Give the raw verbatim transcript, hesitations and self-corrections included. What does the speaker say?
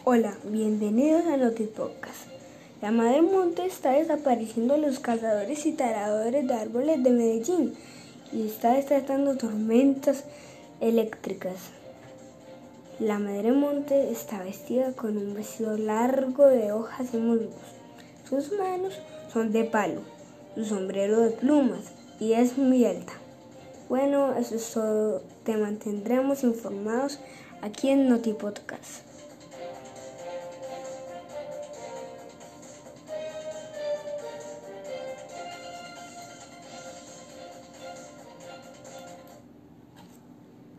Hola, bienvenidos a Noti Podcast. La madre monte está desapareciendo a los cazadores y taladores de árboles de Medellín y está desatando tormentas eléctricas. La madre monte está vestida con un vestido largo de hojas y musgos. Sus manos son de palo, su sombrero de plumas y es muy alta. Bueno, eso es todo. Te mantendremos informados aquí en Noti Podcast.